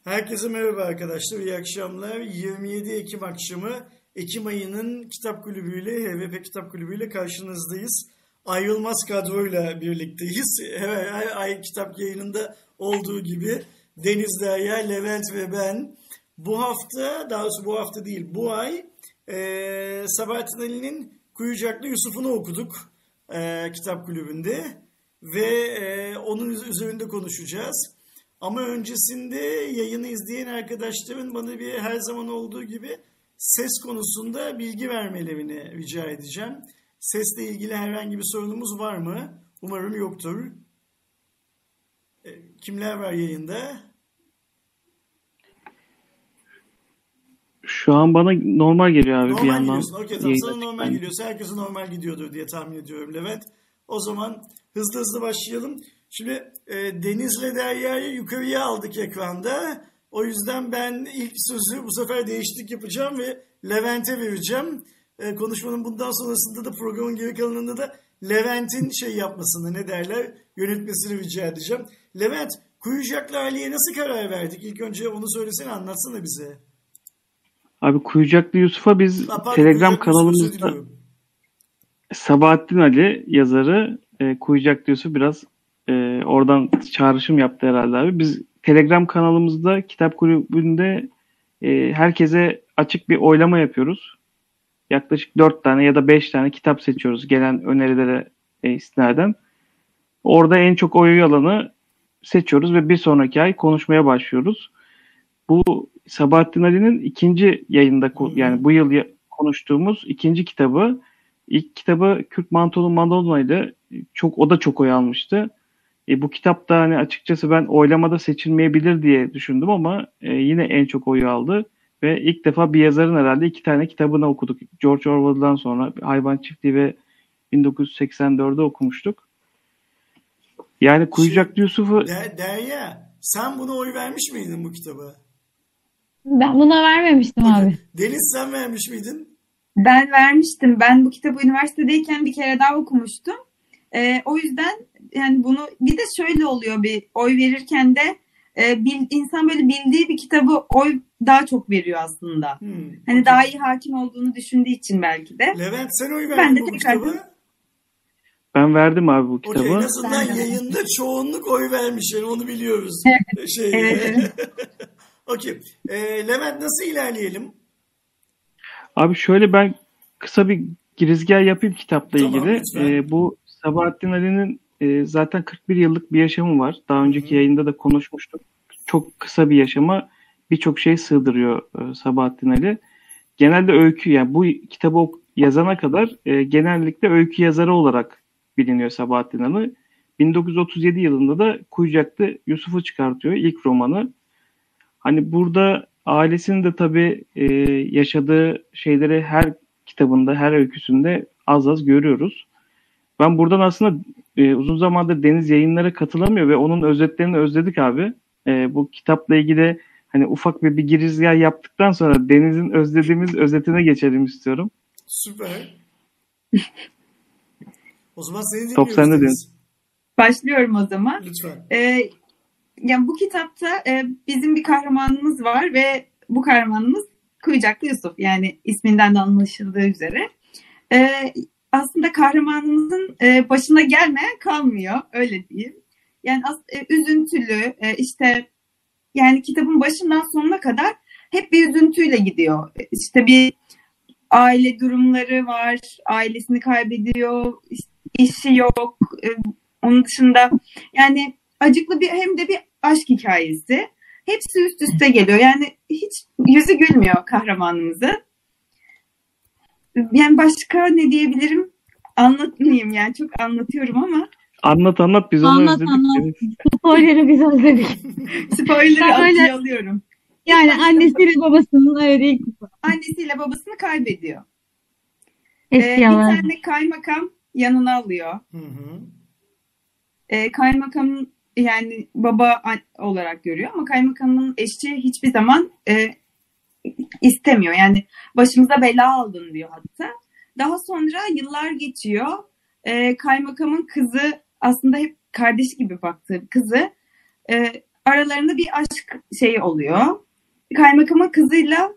Herkese merhaba arkadaşlar, iyi akşamlar. 27 Ekim akşamı Ekim ayının Kitap Kulübü'yle, HVP Kitap Kulübü'yle karşınızdayız. Ayrılmaz kadroyla birlikteyiz. Her ay kitap yayınında olduğu gibi Deniz Derya, Levent ve ben. Bu hafta, daha doğrusu bu hafta değil, bu ay Sabahattin Ali'nin Kuyucaklı Yusuf'unu okuduk Kitap Kulübü'nde. Ve onun üzerinde konuşacağız. Ama öncesinde yayını izleyen arkadaşların bana her zaman olduğu gibi ses konusunda bilgi vermelerini rica edeceğim. Sesle ilgili herhangi bir sorunumuz var mı? Umarım yoktur. Kimler var yayında? Şu an bana normal geliyor abi, normal bir yandan. Okey, tamam. Sana normal geliyorsa herkese normal gidiyordur diye tahmin ediyorum Levent. O zaman hızlı başlayalım. Şimdi Deniz'le Derya'yı yukarıya aldık ekranda. O yüzden ben ilk sözü bu sefer değişiklik yapacağım ve Levent'e vereceğim. Konuşmanın bundan sonrasında da programın geri kalanında da Levent'in yapmasını, yönetmesini rica edeceğim. Levent, Kuyucaklı Ali'ye nasıl karar verdik? İlk önce onu söylesene, anlatsana bize. Abi Kuyucaklı Yusuf'a biz Telegram kanalımızda Sabahattin Ali yazarı Kuyucaklı Yusuf biraz oradan çağrışım yaptı herhalde abi. Biz Telegram kanalımızda Kitap Kulübü'nde herkese açık bir oylama yapıyoruz. Yaklaşık 4 tane ya da 5 tane kitap seçiyoruz gelen önerilere istinaden. Orada en çok oy alanı seçiyoruz ve bir sonraki ay konuşmaya başlıyoruz. Bu Sabahattin Ali'nin ikinci yayında, yani bu yıl konuştuğumuz ikinci kitabı. İlk kitabı Kürt Mantolu Madonna'ydı. O da çok oy almıştı. Bu kitap da hani açıkçası ben oylamada seçilmeyebilir diye düşündüm ama yine en çok oyu aldı. Ve ilk defa bir yazarın herhalde 2 tane kitabını okuduk. George Orwell'dan sonra Hayvan Çiftliği ve 1984'ü okumuştuk. Yani Kuyucaklı Yusuf'u... Derya, sen buna oy vermiş miydin bu kitaba? Ben buna vermemiştim abi. Deniz, sen vermiş miydin? Ben vermiştim. Ben bu kitabı üniversitedeyken bir kere daha okumuştum. O yüzden yani bunu bir de şöyle oluyor, bir oy verirken de insan böyle bildiği bir kitabı oy daha çok veriyor aslında. Hani daha iyi hakim olduğunu düşündüğü için belki de. Levent, sen oy verdin bu kitabı? Ben verdim abi bu kitabı. En azından yayında çoğunluk oy vermiş, yani onu biliyoruz. Evet. Okey. Levent, nasıl ilerleyelim? Abi şöyle, ben kısa bir girizgah yapayım kitapla ilgili. Bu Sabahattin Ali'nin zaten 41 yıllık bir yaşamı var. Daha önceki yayında da konuşmuştuk. Çok kısa bir yaşama birçok şey sığdırıyor Sabahattin Ali. Genelde öykü, yani bu kitabı yazana kadar genellikle öykü yazarı olarak biliniyor Sabahattin Ali. 1937 yılında da Kuyucaklı Yusuf'u çıkartıyor, ilk romanı. Hani burada ailesinin de tabii yaşadığı şeyleri her kitabında, her öyküsünde az az görüyoruz. Ben buradan aslında uzun zamandır Deniz yayınlara katılamıyor ve onun özetlerini özledik abi. Bu kitapla ilgili hani ufak bir girizgah yaptıktan sonra Deniz'in özlediğimiz özetine geçelim istiyorum. Süper. O zaman seni dinliyoruz. Top sende Deniz. Başlıyorum o zaman. Lütfen. Yani bu kitapta bizim bir kahramanımız var ve bu kahramanımız Kuyucaklı Yusuf. Yani isminden de anlaşıldığı üzere. Aslında kahramanımızın başına gelmeyen kalmıyor, öyle diyeyim. Yani üzüntülü, işte yani kitabın başından sonuna kadar hep bir üzüntüyle gidiyor. İşte bir aile durumları var, ailesini kaybediyor, işi yok. Onun dışında yani acıklı hem de bir aşk hikayesi. Hepsi üst üste geliyor. Yani hiç yüzü gülmüyor kahramanımızın. Yani başka ne diyebilirim? Anlatmayayım, yani çok anlatıyorum ama. Anlat, biz onu özledik. Spoiler'ı biz özledik. Spoiler'ı alıyorum. Yani annesiyle babasının annesiyle babasını kaybediyor. Bir tane kaymakam yanına alıyor. Kaymakamın, yani baba olarak görüyor ama kaymakamın eşi hiçbir zaman istemiyor. Yani başımıza bela aldın diyor hatta. Daha sonra yıllar geçiyor. Kaymakamın kızı, aslında hep kardeş gibi baktığı kızı aralarında bir aşk şeyi oluyor. Kaymakamın kızıyla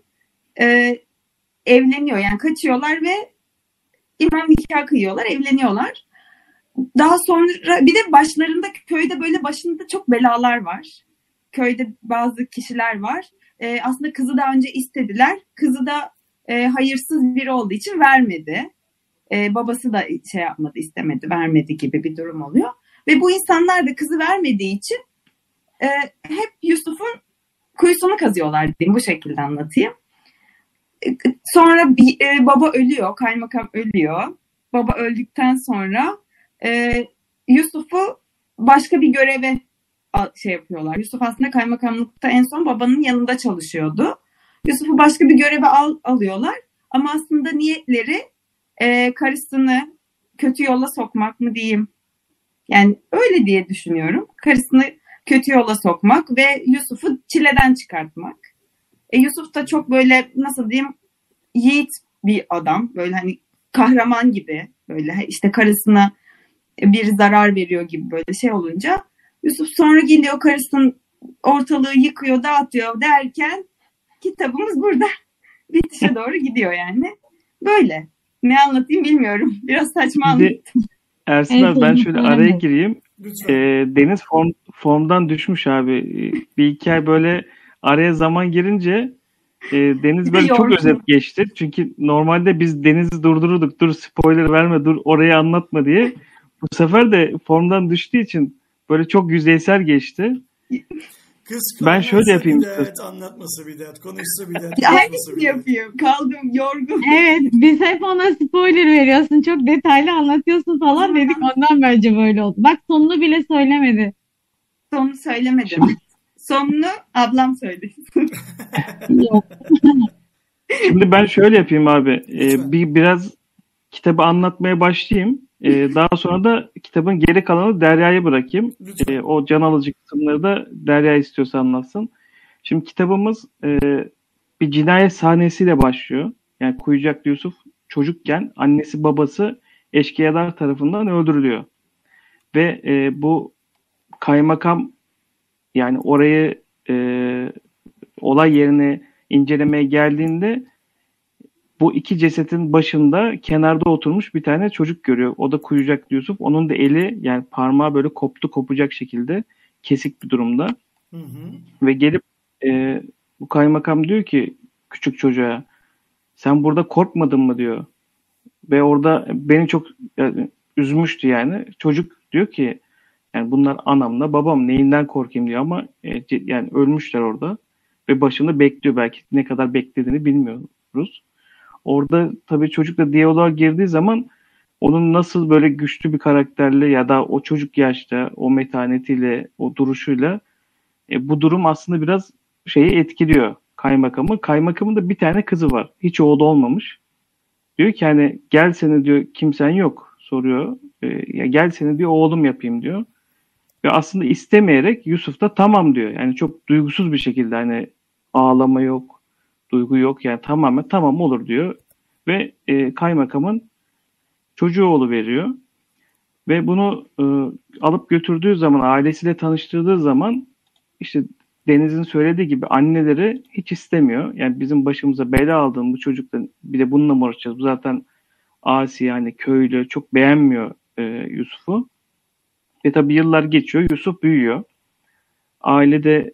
evleniyor. Yani kaçıyorlar ve imam nikah kıyıyorlar, evleniyorlar. Daha sonra bir de başlarında köyde böyle başında çok belalar var. Köyde bazı kişiler var. Aslında kızı daha önce istediler. Kızı da hayırsız biri olduğu için vermedi. Babası da şey yapmadı, istemedi, vermedi gibi bir durum oluyor. Ve bu insanlar da kızı vermediği için hep Yusuf'un kuyusunu kazıyorlar diyeyim. Bu şekilde anlatayım. Sonra baba ölüyor, kaymakam ölüyor. Baba öldükten sonra Yusuf'u başka bir göreve şey yapıyorlar. Yusuf aslında kaymakamlıkta en son babanın yanında çalışıyordu. Yusuf'u başka bir göreve alıyorlar. Ama aslında niyetleri karısını kötü yola sokmak mı diyeyim. Yani öyle diye düşünüyorum. Karısını kötü yola sokmak ve Yusuf'u çileden çıkartmak. Yusuf da çok böyle nasıl diyeyim yiğit bir adam. Böyle hani kahraman gibi böyle işte karısına bir zarar veriyor gibi böyle şey olunca Yusuf sonra geliyor karısının ortalığı yıkıyor, dağıtıyor derken kitabımız burada bitişe doğru gidiyor yani. Böyle. Ne anlatayım bilmiyorum. Biraz saçma anlattım. Ersin Evet, abi ben hocam, şöyle öyle. araya gireyim. Lütfen. Deniz formdan düşmüş abi. Bir iki ay böyle araya zaman girince Deniz böyle çok Yorgun. özet geçti. Çünkü normalde biz Deniz'i durdururduk. Dur spoiler verme, dur orayı anlatma diye. Bu sefer de formdan düştüğü için böyle çok yüzeysel geçti. Kız Ben şöyle yapayım bir dert, anlatması bir dert, konuşsa bir dert, konuşması Hangisini bir dert. yapayım? Kaldım yorgun. Evet, biz hep ona spoiler veriyorsun. Çok detaylı anlatıyorsun falan dedik. Ondan bence böyle oldu. Bak sonunu bile söylemedi. Sonunu söylemedim. Şimdi- Sonunu ablam söyledi. Yok. Şimdi ben şöyle yapayım abi. Lütfen. Biraz kitabı anlatmaya başlayayım. Daha sonra da kitabın geri kalanı Derya'ya bırakayım. Lütfen. O can alıcı kısımları da Derya istiyorsa anlatsın. Şimdi kitabımız bir cinayet sahnesiyle başlıyor. Yani Kuyucaklı Yusuf çocukken annesi babası eşkıyalar tarafından öldürülüyor. Ve bu kaymakam yani orayı olay yerine incelemeye geldiğinde bu iki cesetin başında kenarda oturmuş bir tane çocuk görüyor. O da Kuyucaklı Yusuf. Onun da eli yani parmağı böyle kopacak şekilde kesik bir durumda. Hı hı. Ve gelip bu kaymakam diyor ki küçük çocuğa sen burada korkmadın mı diyor. Ve orada beni çok üzmüştü yani. Çocuk diyor ki yani bunlar anamla babam neyinden korkayım diyor ama yani ölmüşler orada. Ve başında bekliyor belki ne kadar beklediğini bilmiyoruz. Orada tabii çocukla diyaloğa girdiği zaman onun nasıl böyle güçlü bir karakterle ya da o çocuk yaşta o metanetiyle, o duruşuyla bu durum aslında biraz şeyi etkiliyor kaymakamı. Kaymakamın da bir tane kızı var. Hiç oğlu olmamış. Diyor ki hani gel seni diyor kimsen yok soruyor. Ya gel seni bir oğlum yapayım diyor. Ve aslında istemeyerek Yusuf da tamam diyor. Yani çok duygusuz bir şekilde hani ağlama yok, duygu yok. Yani tamamen tamam olur diyor. Ve kaymakamın çocuğu oluveriyor. Ve bunu alıp götürdüğü zaman, ailesiyle tanıştırdığı zaman işte Deniz'in söylediği gibi anneleri hiç istemiyor. Yani bizim başımıza bela aldığın bu çocukla bir de bununla mı uğraşacağız? Bu zaten asi yani köylü çok beğenmiyor Yusuf'u. Ve tabii yıllar geçiyor. Yusuf büyüyor. Ailede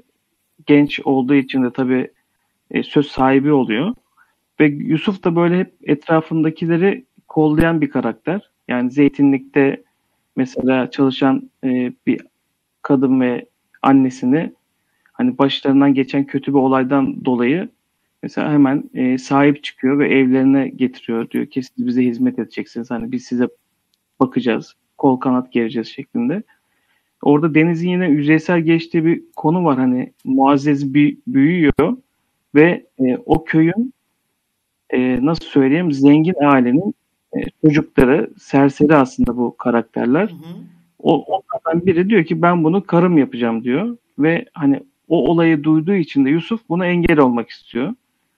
genç olduğu için de tabii söz sahibi oluyor. Ve Yusuf da böyle hep etrafındakileri kollayan bir karakter. Yani zeytinlikte mesela çalışan bir kadın ve annesini hani başlarından geçen kötü bir olaydan dolayı mesela hemen sahip çıkıyor ve evlerine getiriyor. Diyor ki siz bize hizmet edeceksiniz. Hani biz size bakacağız. Kol kanat gereceğiz şeklinde. Orada Deniz'in yine yüzeysel geçtiği bir konu var. Hani Muazzez büyüyor ve o köyün nasıl söyleyeyim zengin ailenin çocukları serseri aslında bu karakterler. Hı hı. Onlardan biri diyor ki ben bunu karım yapacağım diyor ve hani o olayı duyduğu için de Yusuf buna engel olmak istiyor.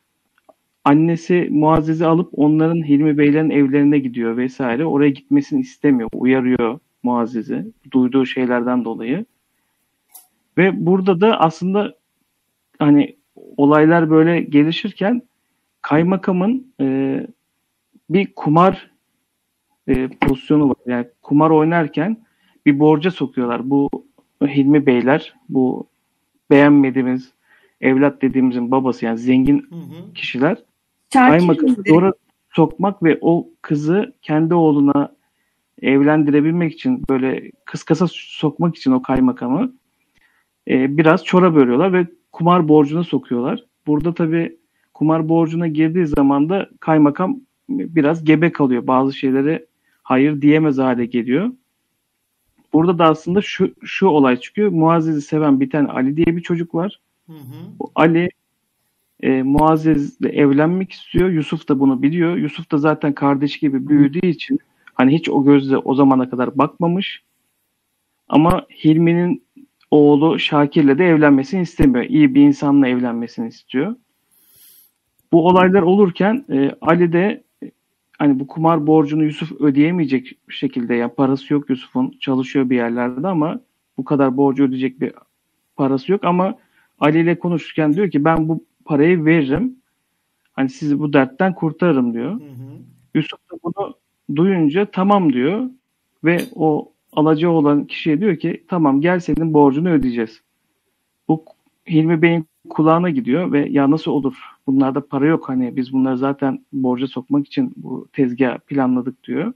Annesi Muazzez'i alıp onların Hilmi Beylerin evlerine gidiyor vesaire. Oraya gitmesini istemiyor. Uyarıyor Muazzez'i duyduğu şeylerden dolayı. Ve burada da aslında hani olaylar böyle gelişirken kaymakamın bir kumar pozisyonu var. Yani kumar oynarken bir borca sokuyorlar. Bu Hilmi Beyler, bu beğenmediğimiz evlat dediğimizin babası, yani zengin Hı hı. kişiler Şakir kaymakamı miydi? zora sokmak ve o kızı kendi oğluna evlendirebilmek için, böyle kıskasa sokmak için o kaymakamı biraz çorap örüyorlar ve kumar borcuna sokuyorlar. Burada tabii kumar borcuna girdiği zaman da kaymakam biraz gebe kalıyor. Bazı şeylere hayır diyemez hale geliyor. Burada da aslında şu olay çıkıyor. Muazzez'i seven bir tane Ali diye bir çocuk var. Hı hı. Bu Ali Muazzez'le evlenmek istiyor. Yusuf da bunu biliyor. Yusuf da zaten kardeş gibi büyüdüğü için hani hiç o gözle o zamana kadar bakmamış. Ama Hilmi'nin oğlu Şakir'le de evlenmesini istemiyor. İyi bir insanla evlenmesini istiyor. Bu olaylar olurken Ali de hani bu kumar borcunu Yusuf ödeyemeyecek şekilde, yani parası yok Yusuf'un, çalışıyor bir yerlerde ama bu kadar borcu ödeyecek bir parası yok, ama Ali ile konuşurken diyor ki ben bu parayı veririm. Hani sizi bu dertten kurtarırım diyor. Hı hı. Yusuf da bunu duyunca tamam diyor ve o alacağı olan kişiye diyor ki tamam gel senin borcunu ödeyeceğiz. Bu Hilmi Bey'in kulağına gidiyor ve ya nasıl olur? Bunlarda para yok, hani biz bunları zaten borca sokmak için bu tezgah planladık diyor.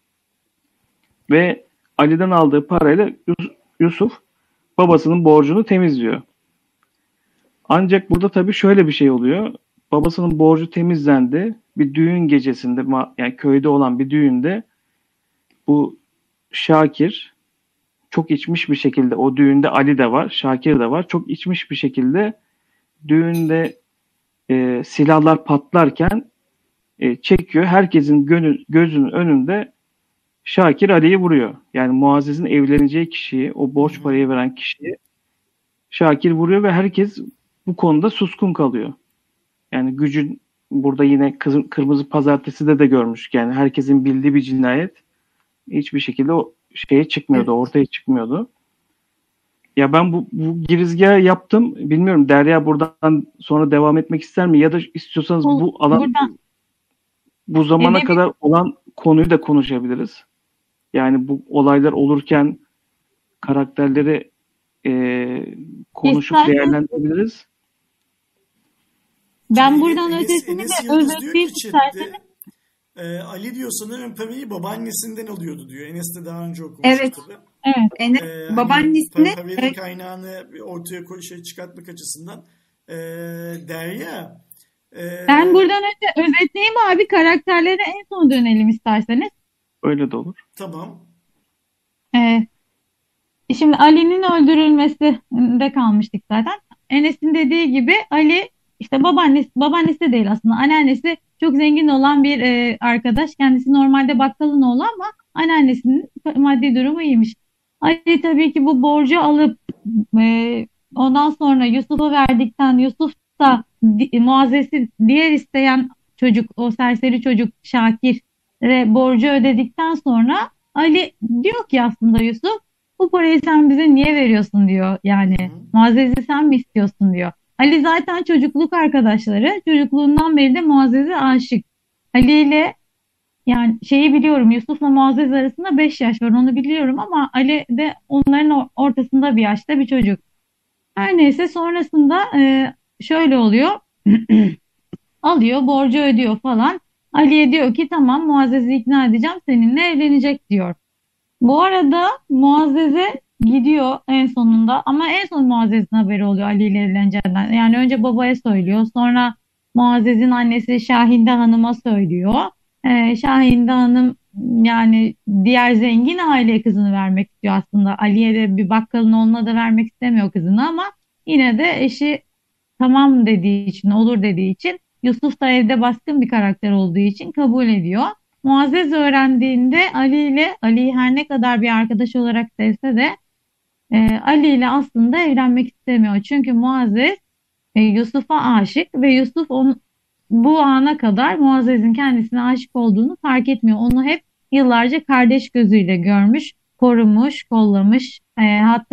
Ve Ali'den aldığı parayla Yusuf babasının borcunu temizliyor. Ancak burada tabii şöyle bir şey oluyor. Babasının borcu temizlendi. Bir düğün gecesinde, yani köyde olan bir düğünde bu Şakir çok içmiş bir şekilde, o düğünde Ali de var, Şakir de var. Çok içmiş bir şekilde düğünde silahlar patlarken çekiyor. Herkesin gözünün önünde Şakir Ali'yi vuruyor. Yani Muazzez'in evleneceği kişiyi, o borç parayı veren kişiyi Şakir vuruyor ve herkes bu konuda suskun kalıyor. Yani gücün burada yine Kırmızı Pazartesi'de de görmüştük. Yani herkesin bildiği bir cinayet hiçbir şekilde o şeye çıkmıyordu, ortaya çıkmıyordu. Ya ben bu girizgahı yaptım. Bilmiyorum, Derya buradan sonra devam etmek ister mi? Ya da istiyorsanız bu alan, bu zamana kadar olan konuyu da konuşabiliriz. Yani bu olaylar olurken karakterleri konuşup değerlendirebiliriz. Ben buradan ötesini de özetleyip isterseniz. Ali diyor sanırım parayı babaannesinden alıyordu diyor. Enes de daha önce okumuş. Evet. Tabii. Evet. Enes babaannesine paranın kaynağını ortaya çıkartmak açısından Derya. Ben buradan önce özetleyeyim abi, karakterlere en son dönelim isterseniz. Öyle de olur. Tamam. Şimdi Ali'nin öldürülmesinde kalmıştık zaten. Enes'in dediği gibi Ali işte babaannesi de değil aslında, anneannesi çok zengin olan bir arkadaş. Kendisi normalde bakkalın oğlu ama anneannesinin maddi durumu iyiymiş. Ali tabii ki bu borcu alıp ondan sonra Yusuf'a verdikten, Yusuf da Muazzez'i diğer isteyen çocuk, o serseri çocuk Şakir'e borcu ödedikten sonra Ali diyor ki aslında Yusuf, bu parayı sen bize niye veriyorsun diyor. Yani Muazzez'i sen mi istiyorsun diyor. Ali zaten çocukluk arkadaşları. Çocukluğundan beri de Muazzez'e aşık. Ali ile yani şeyi biliyorum, Yusuf'la Muazzez arasında 5 yaş var, onu biliyorum ama Ali de onların ortasında bir yaşta bir çocuk. Her neyse sonrasında şöyle oluyor. Alıyor, borcu ödüyor falan. Ali'ye diyor ki tamam Muazzez'i ikna edeceğim, seninle evlenecek diyor. Bu arada Muazzez'e gidiyor en sonunda ama en son Muazzez'in haberi oluyor Ali ile evleneceğinden. Yani önce babaya söylüyor, sonra Muazzez'in annesi Şahinde Hanım'a söylüyor. Şahinde Hanım yani diğer zengin aile kızını vermek istiyor aslında. Ali'ye de bir bakkalın oğluna da vermek istemiyor kızını ama yine de eşi tamam dediği için, olur dediği için, Yusuf da evde baskın bir karakter olduğu için kabul ediyor. Muazzez öğrendiğinde Ali'yi her ne kadar bir arkadaş olarak sevse de Ali ile aslında evlenmek istemiyor. Çünkü Muazzez Yusuf'a aşık ve Yusuf bu ana kadar Muazzez'in kendisine aşık olduğunu fark etmiyor. Onu hep yıllarca kardeş gözüyle görmüş, korumuş, kollamış. Hatta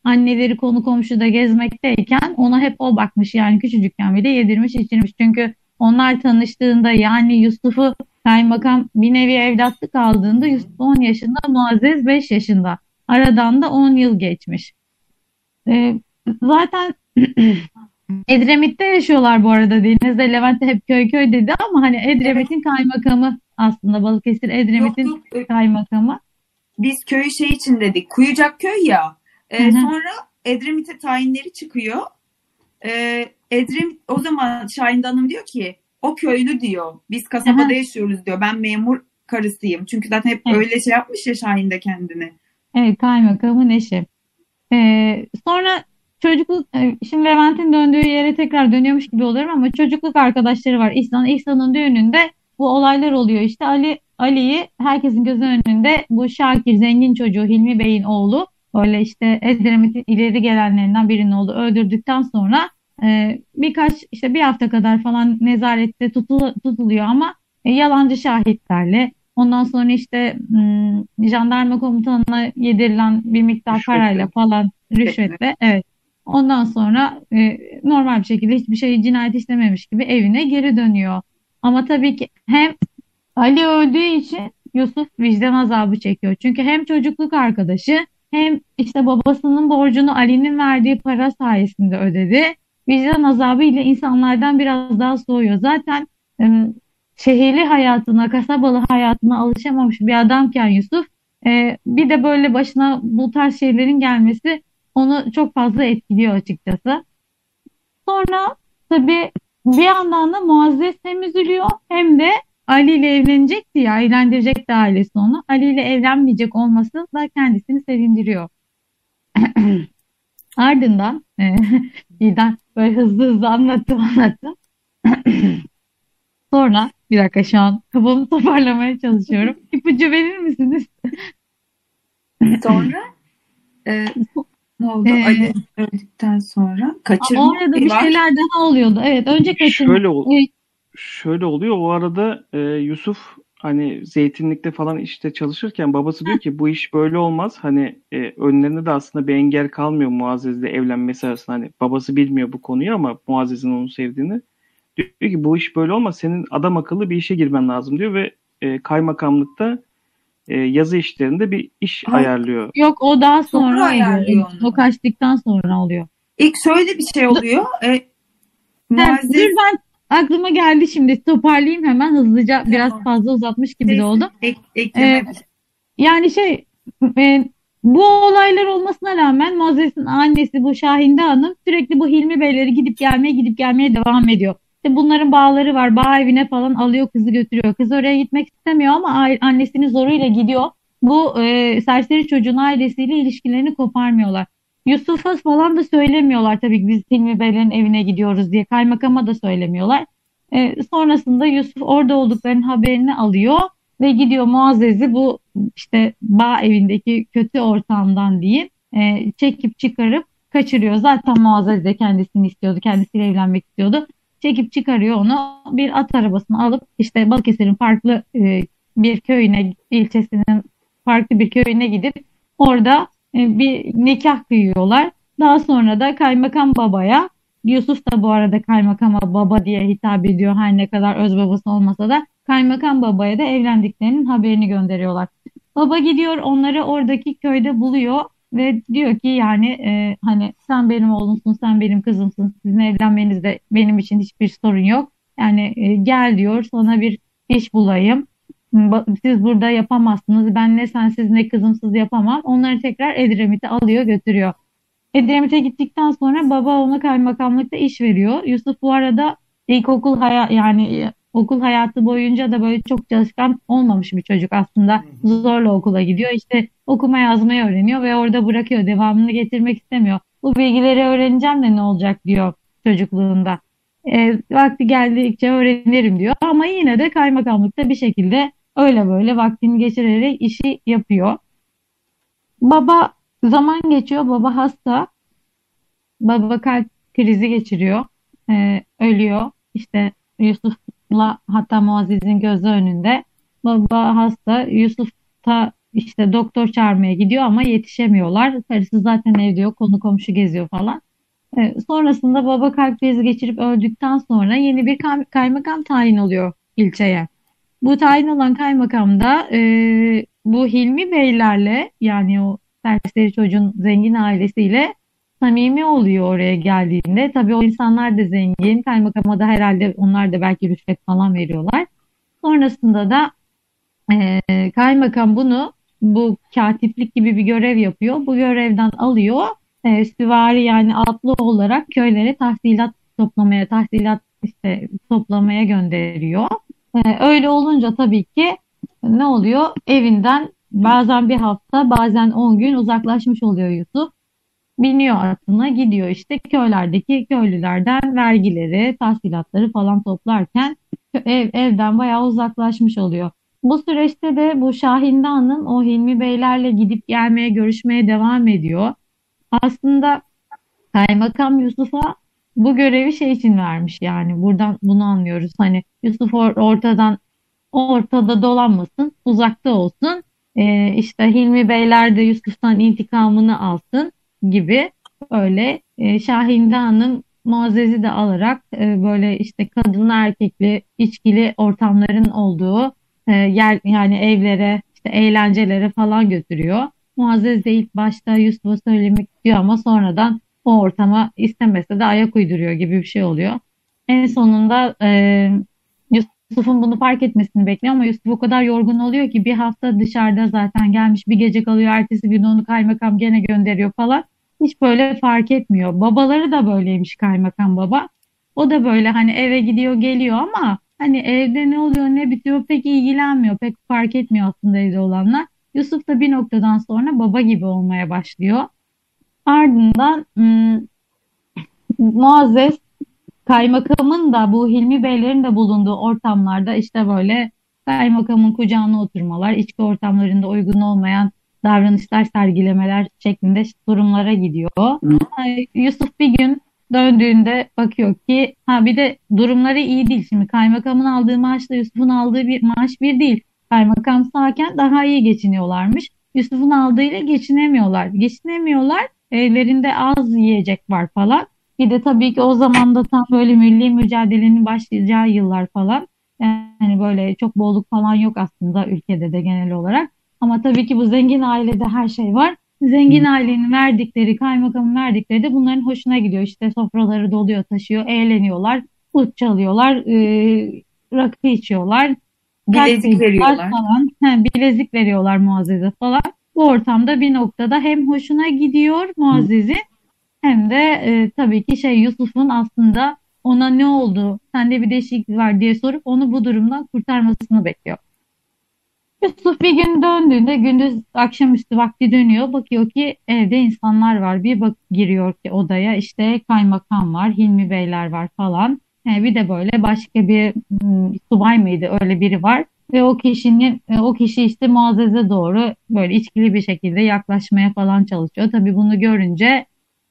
anneleri konu komşuda gezmekteyken ona hep o bakmış. Yani küçücükken bile yedirmiş içirmiş. Çünkü onlar tanıştığında yani Yusuf'u kaymakam bir nevi evlatlık aldığında Yusuf 10 yaşında, Muazzez 5 yaşında. Aradan da 10 yıl geçmiş. Zaten Edremit'te yaşıyorlar bu arada. Deniz'de Levent de hep köy köy dedi ama hani Edremit'in kaymakamı aslında Balıkesir Yok Edremit'in yok, kaymakamı. biz köyü şey için dedik. Kuyucak köy ya. Hı hı. Sonra Edremit'e tayinleri çıkıyor. Edremit o zaman Şahin Hanım diyor ki o köylü diyor. Biz kasabada Aha. yaşıyoruz diyor. Ben memur karısıyım. Çünkü zaten hep Evet. öyle şey yapmış ya Şahin de kendini. Evet, kaymakamın eşi. Sonra çocukluk, şimdi Levent'in döndüğü yere tekrar dönüyormuş gibi oluyorum ama çocukluk arkadaşları var. İhsan'ın düğününde bu olaylar oluyor. İşte Ali'yi herkesin gözü önünde bu Şakir zengin çocuğu Hilmi Bey'in oğlu böyle işte Edremit'in ileri gelenlerinden birinin oğlu öldürdükten sonra birkaç işte bir hafta kadar falan nezarette tutuluyor ama yalancı şahitlerle. Ondan sonra işte jandarma komutanına yedirilen bir miktar Rüşvetle. parayla falan rüşvetle, evet. Ondan sonra normal bir şekilde hiçbir şey cinayet işlememiş gibi evine geri dönüyor. Ama tabii ki hem Ali öldüğü için Yusuf vicdan azabı çekiyor. Çünkü hem çocukluk arkadaşı hem işte babasının borcunu Ali'nin verdiği para sayesinde ödedi. Vicdan azabı ile insanlardan biraz daha soğuyor. Zaten şehirli hayatına, kasabalı hayatına alışamamış bir adamken Yusuf, bir de böyle başına bu tarz şeylerin gelmesi onu çok fazla etkiliyor açıkçası. Sonra tabii bir yandan da Muazzez hem üzülüyor hem de Ali ile evlenecekti ya, evlendirecekti ailesi onu. Ali ile evlenmeyecek olması da kendisini sevindiriyor. Ardından birden böyle hızlı hızlı anlattım. Sonra bir dakika, şu an kafamı toparlamaya çalışıyorum. İpucu verir misiniz? Sonra ne oldu? Ee, Ali öldükten sonra kaçırma Orada bir var. şeyler daha oluyordu. Evet, önce kaçırma. Şöyle oluyor. O arada Yusuf hani zeytinlikte falan işte çalışırken babası diyor ki bu iş böyle olmaz. Hani önlerinde de aslında bir engel kalmıyor Muazzez'le evlenmesi arasında. Hani babası bilmiyor bu konuyu ama Muazzez'in onu sevdiğini. Diyor ki bu iş böyle olmaz. Senin adam akıllı bir işe girmen lazım diyor ve kaymakamlıkta yazı işlerinde bir iş ayarlıyor. Yok, o daha Sonra sonra ayarlıyor oluyor. onu. O kaçtıktan sonra oluyor. İlk şöyle bir şey oluyor. Muazzez Dur, ben aklıma geldi şimdi. Toparlayayım hemen hızlıca. Biraz Tamam. fazla uzatmış gibi de oldu. ekleme. Yani bu olaylar olmasına rağmen Muazzez'in annesi bu Şahinde Hanım sürekli bu Hilmi Beyleri gidip gelmeye devam ediyor. İşte bunların bağları var. Bağ evine falan alıyor, kızı götürüyor. Kız oraya gitmek istemiyor ama annesinin zoruyla gidiyor. Bu serseri çocuğun ailesiyle ilişkilerini koparmıyorlar. Yusuf'a falan da söylemiyorlar tabii ki biz Hilmi Beylerin evine gidiyoruz diye. Kaymakama da söylemiyorlar. Sonrasında Yusuf orada olduklarının haberini alıyor ve gidiyor Muazzez'i bu işte bağ evindeki kötü ortamdan diyeyim çekip çıkarıp kaçırıyor. Zaten Muazzez de kendisini istiyordu. Kendisiyle evlenmek istiyordu. Çekip çıkarıyor onu. Bir at arabasına alıp işte Balıkesir'in farklı bir köyüne, ilçesinin farklı bir köyüne gidip orada bir nikah kıyıyorlar. Daha sonra da kaymakam babaya, Yusuf da bu arada kaymakama baba diye hitap ediyor her ne kadar öz babası olmasa da, kaymakam babaya da evlendiklerinin haberini gönderiyorlar. Baba gidiyor onları oradaki köyde buluyor ve diyor ki yani hani sen benim oğlumsun, sen benim kızımsın, sizin evlenmenizde benim için hiçbir sorun yok. Yani gel diyor, sana bir iş bulayım. Siz burada yapamazsınız. Ben ne sensiz ne kızımsız yapamam. Onları tekrar Edremit'e alıyor götürüyor. Edremit'e gittikten sonra baba ona kaymakamlıkta iş veriyor. Yusuf bu arada okul hayatı boyunca da böyle çok çalışkan olmamış bir çocuk aslında. Zorla okula gidiyor. İşte okuma yazmayı öğreniyor ve orada bırakıyor. Devamını getirmek istemiyor. Bu bilgileri öğreneceğim de ne olacak diyor çocukluğunda. Vakti geldikçe öğrenirim diyor. Ama yine de kaymakamlıkta bir şekilde öyle böyle vaktini geçirerek işi yapıyor. Baba zaman geçiyor. Baba hasta. Baba kalp krizi geçiriyor. Ölüyor. İşte Yusuf'la hatta Muazzez'in gözü önünde. Baba hasta. Yusuf da işte doktor çağırmaya gidiyor ama yetişemiyorlar. Karısı zaten evde yok, konu komşu geziyor falan. Sonrasında baba kalp krizi geçirip öldükten sonra yeni bir kaymakam tayin oluyor ilçeye. Bu tayin olan kaymakam da bu Hilmi Beylerle, yani o serseri çocuğun zengin ailesiyle samimi oluyor oraya geldiğinde. Tabii o insanlar da zengin. Kaymakama da herhalde onlar da belki rüşvet falan veriyorlar. Sonrasında da kaymakam bunu, bu katiplik gibi bir görev yapıyor. Bu görevden alıyor. Süvari, yani atlı olarak köylere tahsilat işte toplamaya gönderiyor. Öyle olunca tabii ki ne oluyor? Evinden bazen bir hafta, bazen 10 gün uzaklaşmış oluyor Yusuf. Biniyor atına, gidiyor işte köylerdeki köylülerden vergileri, tahsilatları falan toplarken evden bayağı uzaklaşmış oluyor. Bu süreçte de bu Şahinde Hanım o Hilmi Beylerle gidip gelmeye, görüşmeye devam ediyor. Aslında Kaymakam Yusuf'a bu görevi şey için vermiş, yani buradan bunu anlıyoruz. Hani Yusuf ortada dolanmasın, uzakta olsun. İşte Hilmi Beyler de Yusuf'tan intikamını alsın gibi, öyle Şahinde Hanım Muazzez'i de alarak böyle işte kadınlı erkekli içkili ortamların olduğu yer, yani evlere, işte eğlencelere falan götürüyor. Muazzez de ilk başta Yusuf'a söylemek istiyor ama sonradan o ortama istemese de ayak uyduruyor gibi bir şey oluyor. En sonunda Yusuf'un bunu fark etmesini bekliyor ama Yusuf o kadar yorgun oluyor ki bir hafta dışarıda zaten gelmiş, bir gece kalıyor, ertesi gün onu kaymakam gene gönderiyor falan. Hiç böyle fark etmiyor. Babaları da böyleymiş, kaymakam baba. O da böyle hani eve gidiyor geliyor ama hani evde ne oluyor ne bitiyor pek ilgilenmiyor. Pek fark etmiyor aslında evde olanlar. Yusuf da bir noktadan sonra baba gibi olmaya başlıyor. Ardından Muazzez kaymakamın da bu Hilmi Beylerin de bulunduğu ortamlarda işte böyle kaymakamın kucağına oturmalar, içki ortamlarında uygun olmayan davranışlar sergilemeler şeklinde durumlara gidiyor. Yusuf bir gün döndüğünde bakıyor ki bir de durumları iyi değil. Şimdi kaymakamın aldığı maaşla Yusuf'un aldığı bir maaş bir değil. Kaymakam sağken daha iyi geçiniyorlarmış. Yusuf'un aldığıyla geçinemiyorlar. Geçinemiyorlar. Evlerinde az yiyecek var falan. Bir de tabii ki o zaman da tam böyle milli mücadelenin başlayacağı yıllar falan. Yani böyle çok bolluk falan yok aslında ülkede de genel olarak. Ama tabii ki bu zengin ailede her şey var. Zengin ailenin verdikleri, kaymakamın verdikleri de bunların hoşuna gidiyor. İşte sofraları doluyor, taşıyor, eğleniyorlar, ut çalıyorlar, rakı içiyorlar, Bilezik veriyorlar falan. Bilezik veriyorlar Muazzez'e falan. Bu ortamda bir noktada hem hoşuna gidiyor Muazzez'in, hem de tabii ki Yusuf'un aslında ona ne oldu, sende bir değişiklik var diye sorup onu bu durumdan kurtarmasını bekliyor. Yusuf bir gün döndüğünde, gündüz akşamüstü vakti dönüyor. Bakıyor ki evde insanlar var. Bir giriyor ki odaya, işte kaymakam var, Hilmi Beyler var falan. Bir de böyle başka bir subay mıydı, öyle biri var. Ve o kişi işte Muazzez'e doğru böyle içkili bir şekilde yaklaşmaya falan çalışıyor. Tabii bunu görünce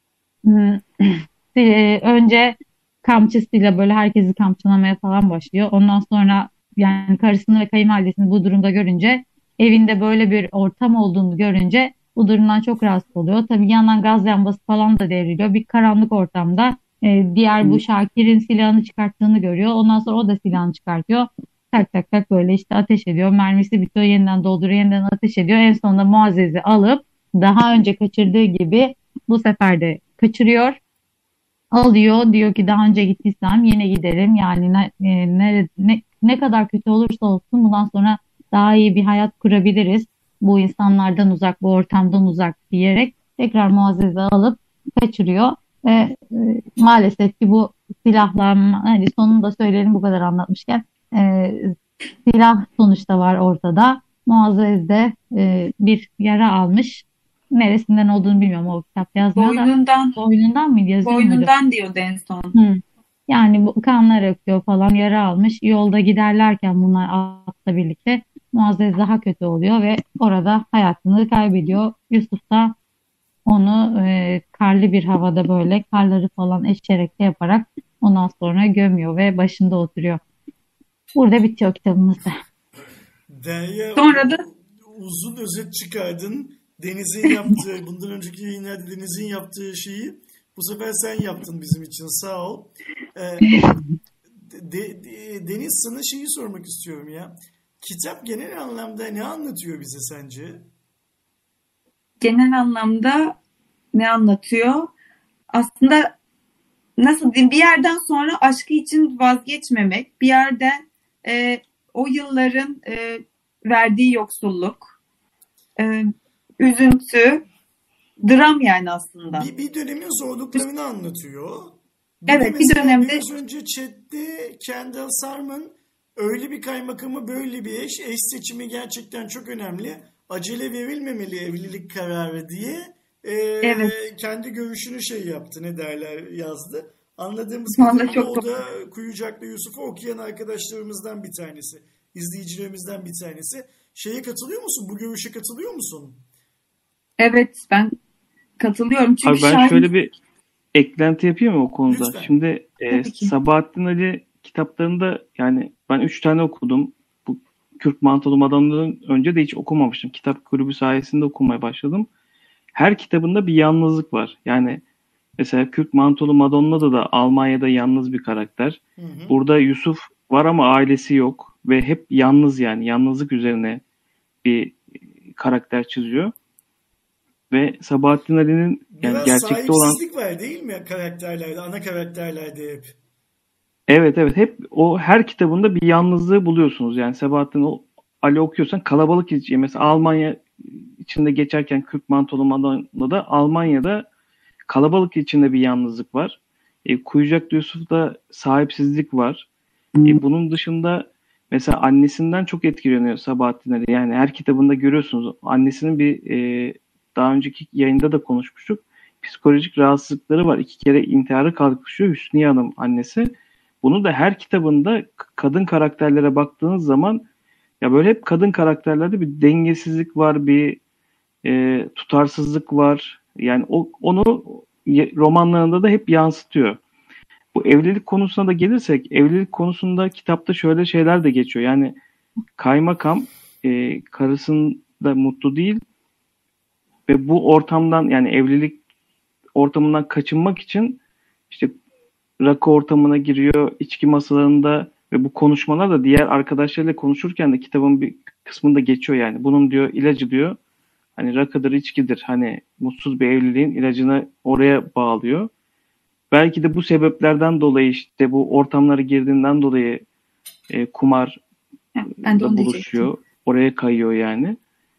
önce kamçısıyla böyle herkesi kamçılamaya falan başlıyor. Ondan sonra yani karısını ve kayınvalidesini bu durumda görünce, evinde böyle bir ortam olduğunu görünce bu durumdan çok rahatsız oluyor. Tabii yandan gaz lambası falan da devriliyor. Bir karanlık ortamda diğer bu Şakir'in silahını çıkarttığını görüyor. Ondan sonra o da silahını çıkartıyor. Tak tak tak böyle işte ateş ediyor. Mermisi bitiyor, yeniden dolduruyor, yeniden ateş ediyor. En sonunda Muazzez'i alıp daha önce kaçırdığı gibi bu sefer de kaçırıyor. Alıyor, diyor ki daha önce gittiysem yine giderim. Yani ne kadar kötü olursa olsun bundan sonra daha iyi bir hayat kurabiliriz. Bu insanlardan uzak, bu ortamdan uzak diyerek tekrar Muazzez'i alıp kaçırıyor. Ve maalesef ki bu silahlanma, hani sonunu da söyleyelim bu kadar anlatmışken, silah sonuçta var ortada. Muazzez de bir yara almış. Neresinden olduğunu bilmiyorum, o kitap yazmıyor da. Boynundan mıydı, yazıyor muydu? Boynundan diyordu en son. Yani bu kanlar akıyor falan, yara almış. Yolda giderlerken bunlar atla birlikte Muazzez daha kötü oluyor ve orada hayatını kaybediyor. Yusuf da onu karlı bir havada böyle karları falan eşerek yaparak ondan sonra gömüyor ve başında oturuyor. Burada bitiyor kitabımız da. Derya, Sonra da uzun özet çıkardın. Deniz'in yaptığı, bundan önceki yayınlarda Deniz'in yaptığı şeyi bu sefer sen yaptın bizim için. Sağ ol. Deniz, sana şeyi sormak istiyorum ya. Kitap genel anlamda ne anlatıyor bize sence? Genel anlamda ne anlatıyor? Aslında nasıl diyeyim, bir yerden sonra aşkı için vazgeçmemek, bir yerde o yılların verdiği yoksulluk, üzüntü, dram yani aslında. Bir dönemin zorluklarını anlatıyor. Evet, bir dönemde biraz önce chatte Kendall Sarman öyle bir kaymakamı böyle bir eş seçimi gerçekten çok önemli. Acele verilmemeli evlilik kararı diye evet. kendi görüşünü yaptı, ne derler, yazdı. Anladığımız Vallahi kadarıyla çok o da Kuyucaklı Yusuf'u okuyan arkadaşlarımızdan bir tanesi. İzleyicilerimizden bir tanesi. Şeye katılıyor musun? Bu görüşe katılıyor musun? Evet, ben katılıyorum. Çünkü Abi ben şöyle bir eklenti yapayım mı o konuda? Lütfen. Şimdi Tabii ki. Sabahattin Ali kitaplarında, yani ben 3 tane okudum. Bu Kürk Mantolu Madonna'dan önce de hiç okumamıştım. Kitap kulübü sayesinde okumaya başladım. Her kitabında bir yalnızlık var. Yani mesela Kürk Mantolu Madonna'da da Almanya'da yalnız bir karakter. Hı hı. Burada Yusuf var ama ailesi yok ve hep yalnız, yani yalnızlık üzerine bir karakter çiziyor. Ve Sabahattin Ali'nin yani Biraz gerçekte olan, sahipsizlik var değil mi karakterlerde, ana karakterlerde hep? evet hep o her kitabında bir yalnızlığı buluyorsunuz. Yani Sabahattin Ali okuyorsan kalabalık içi, mesela Almanya içinde geçerken Kürk Mantolu Madonna'da Almanya'da kalabalık içinde bir yalnızlık var. Kuyucaklı Yusuf'ta sahipsizlik var. Bunun dışında mesela annesinden çok etkileniyor Sabahattin Ali. Yani her kitabında görüyorsunuz annesinin daha önceki yayında da konuşmuştuk. Psikolojik rahatsızlıkları var. 2 kere intihara kalkışıyor Hüsniye Hanım annesi. Bunu da her kitabında kadın karakterlere baktığınız zaman ya böyle hep kadın karakterlerde bir dengesizlik var, bir tutarsızlık var. Yani onu romanlarında da hep yansıtıyor. Bu evlilik konusuna da gelirsek, evlilik konusunda kitapta şöyle şeyler de geçiyor. Yani kaymakam karısında mutlu değil ve bu ortamdan, yani evlilik ortamından kaçınmak için işte rakı ortamına giriyor, içki masalarında ve bu konuşmalar da diğer arkadaşlarıyla konuşurken de kitabın bir kısmında geçiyor yani. Bunun diyor ilacı diyor hani rakıdır, içkidir. Hani mutsuz bir evliliğin ilacını oraya bağlıyor. Belki de bu sebeplerden dolayı işte bu ortamlara girdiğinden dolayı kumar ben de onu da buluşuyor. diyecektim. Oraya kayıyor yani.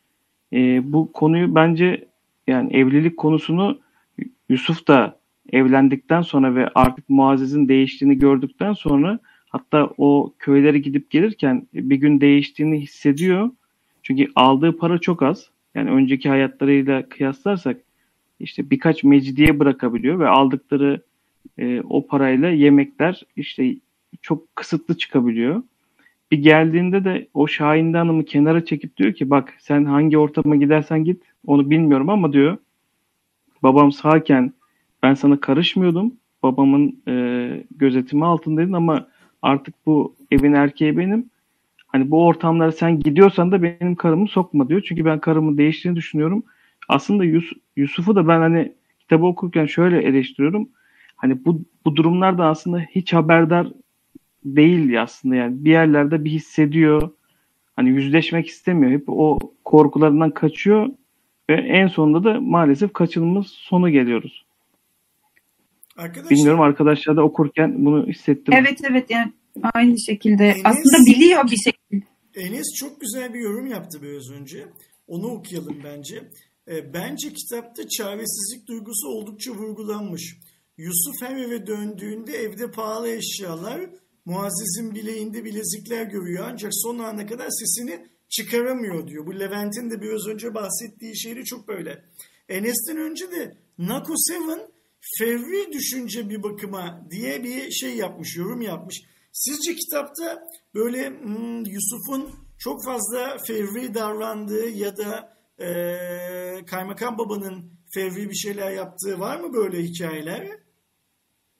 Bu konuyu bence, yani evlilik konusunu Yusuf da evlendikten sonra ve artık Muazzez'in değiştiğini gördükten sonra, hatta o köylere gidip gelirken bir gün değiştiğini hissediyor. Çünkü aldığı para çok az. Yani önceki hayatlarıyla kıyaslarsak işte birkaç mecidiye bırakabiliyor ve aldıkları o parayla yemekler işte çok kısıtlı çıkabiliyor. Bir geldiğinde de o Şahinde Hanım'ı kenara çekip diyor ki bak sen hangi ortama gidersen git onu bilmiyorum ama diyor babam sağken ben sana karışmıyordum. Babamın gözetimi altındaydın ama artık bu evin erkeği benim. Hani bu ortamlara sen gidiyorsan da benim karımı sokma diyor. Çünkü ben karımın değiştiğini düşünüyorum. Aslında Yusuf'u da ben hani kitabı okurken şöyle eleştiriyorum. Hani bu durumlarda aslında hiç haberdar değil aslında, yani bir yerlerde bir hissediyor. Hani yüzleşmek istemiyor. Hep o korkularından kaçıyor ve en sonunda da maalesef kaçınılmaz sona geliyoruz. Arkadaşlar, Bilmiyorum, arkadaşlar da okurken bunu hissettim. Evet yani aynı şekilde. Enes- Aslında biliyor bir şekilde. Enes çok güzel bir yorum yaptı biraz önce. Onu okuyalım bence. Bence kitapta çaresizlik duygusu oldukça vurgulanmış. Yusuf her eve döndüğünde evde pahalı eşyalar, Muazzez'in bileğinde bilezikler görüyor ancak son ana kadar sesini çıkaramıyor diyor. Bu Levent'in de biraz önce bahsettiği şeyle çok böyle. Enes'ten önce de Nako Seven fevri düşünce bir bakıma diye bir şey yapmış, yorum yapmış. Sizce kitapta böyle Yusuf'un çok fazla fevri davrandığı ya da Kaymakam Baba'nın fevri bir şeyler yaptığı var mı böyle hikayeler?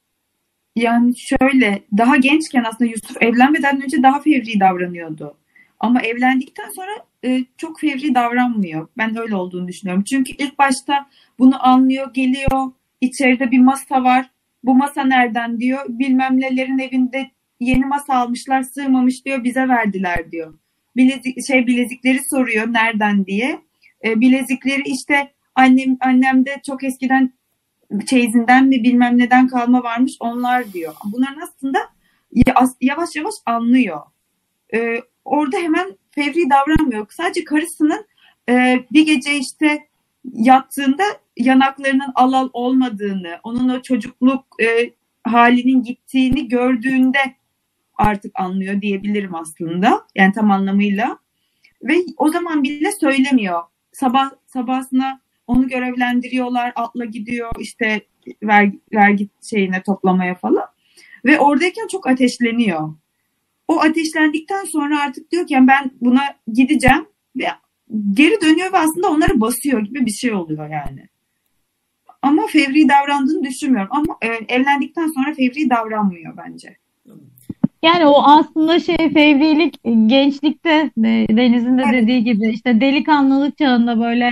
Yani şöyle, daha gençken aslında Yusuf evlenmeden önce daha fevri davranıyordu. Ama evlendikten sonra çok fevri davranmıyor. Ben öyle olduğunu düşünüyorum. Çünkü ilk başta bunu anlıyor, geliyor. İçeride bir masa var. Bu masa nereden diyor. Bilmem nelerin evinde yeni masa almışlar, sığmamış diyor, bize verdiler diyor. Bilezikleri soruyor nereden diye. Bilezikleri işte annemde çok eskiden çeyizinden mi bilmem neden kalma varmış, onlar diyor. Bunların aslında yavaş yavaş anlıyor. Orada hemen fevri davranmıyor. Sadece karısının bir gece işte yattığında yanaklarının al olmadığını, onun o çocukluk halinin gittiğini gördüğünde artık anlıyor diyebilirim aslında. Yani tam anlamıyla. Ve o zaman bile söylemiyor. Sabahına onu görevlendiriyorlar, atla gidiyor işte vergi şeyine toplamaya falan. Ve oradayken çok ateşleniyor. O ateşlendikten sonra artık diyor ki yani ben buna gideceğim ve geri dönüyor ve aslında onları basıyor gibi bir şey oluyor yani. Ama fevri davrandığını düşünmüyorum. Ama evlendikten sonra fevri davranmıyor bence. Yani o aslında fevrilik gençlikte Deniz'in de Evet. dediği gibi işte delikanlılık çağında böyle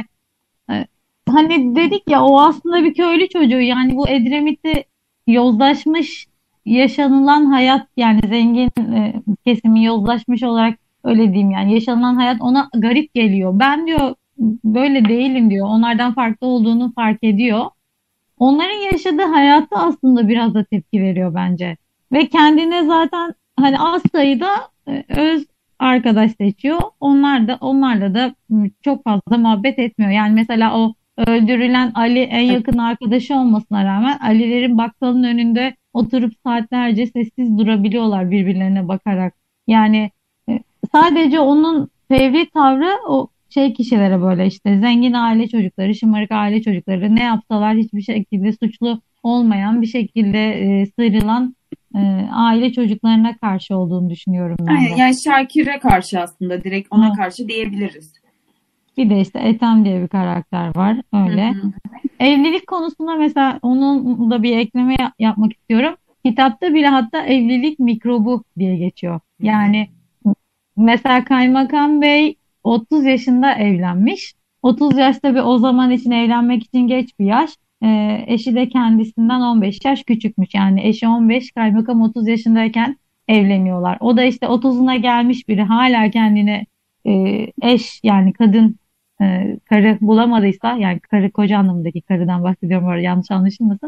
hani dedik ya, o aslında bir köylü çocuğu. Yani bu Edremit'te yozlaşmış yaşanılan hayat, yani zengin kesimi yozlaşmış olarak, öyle diyeyim, yani yaşanılan hayat ona garip geliyor. Ben diyor böyle değilim diyor. Onlardan farklı olduğunu fark ediyor. Onların yaşadığı hayata aslında biraz da tepki veriyor bence. Ve kendine zaten hani az sayıda öz arkadaş seçiyor. Onlarla da çok fazla muhabbet etmiyor. Yani mesela o öldürülen Ali en yakın arkadaşı olmasına rağmen Ali'lerin bakkalın önünde oturup saatlerce sessiz durabiliyorlar birbirlerine bakarak. Yani sadece onun fevri tavrı o kişilere, böyle işte zengin aile çocukları, şımarık aile çocukları ne yapsalar hiçbir şekilde suçlu olmayan, bir şekilde sıyrılan aile çocuklarına karşı olduğunu düşünüyorum ben de. Yani Şakir'e karşı aslında direkt ona karşı diyebiliriz. Bir de işte Ethem diye bir karakter var öyle. Hı hı. Evlilik konusunda mesela onun da bir ekleme yapmak istiyorum. Kitapta bile hatta evlilik mikrobu diye geçiyor. Yani mesela Kaymakam Bey 30 yaşında evlenmiş. 30 yaş tabii o zaman için evlenmek için geç bir yaş. Eşi de kendisinden 15 yaş küçükmüş. Yani eşi 15, kaymakam 30 yaşındayken evleniyorlar. O da işte 30'una gelmiş biri, hala kendine eş, yani kadın, karı bulamadıysa, yani karı koca anlamındaki karıdan bahsediyorum, orada yanlış anlaşılmasın.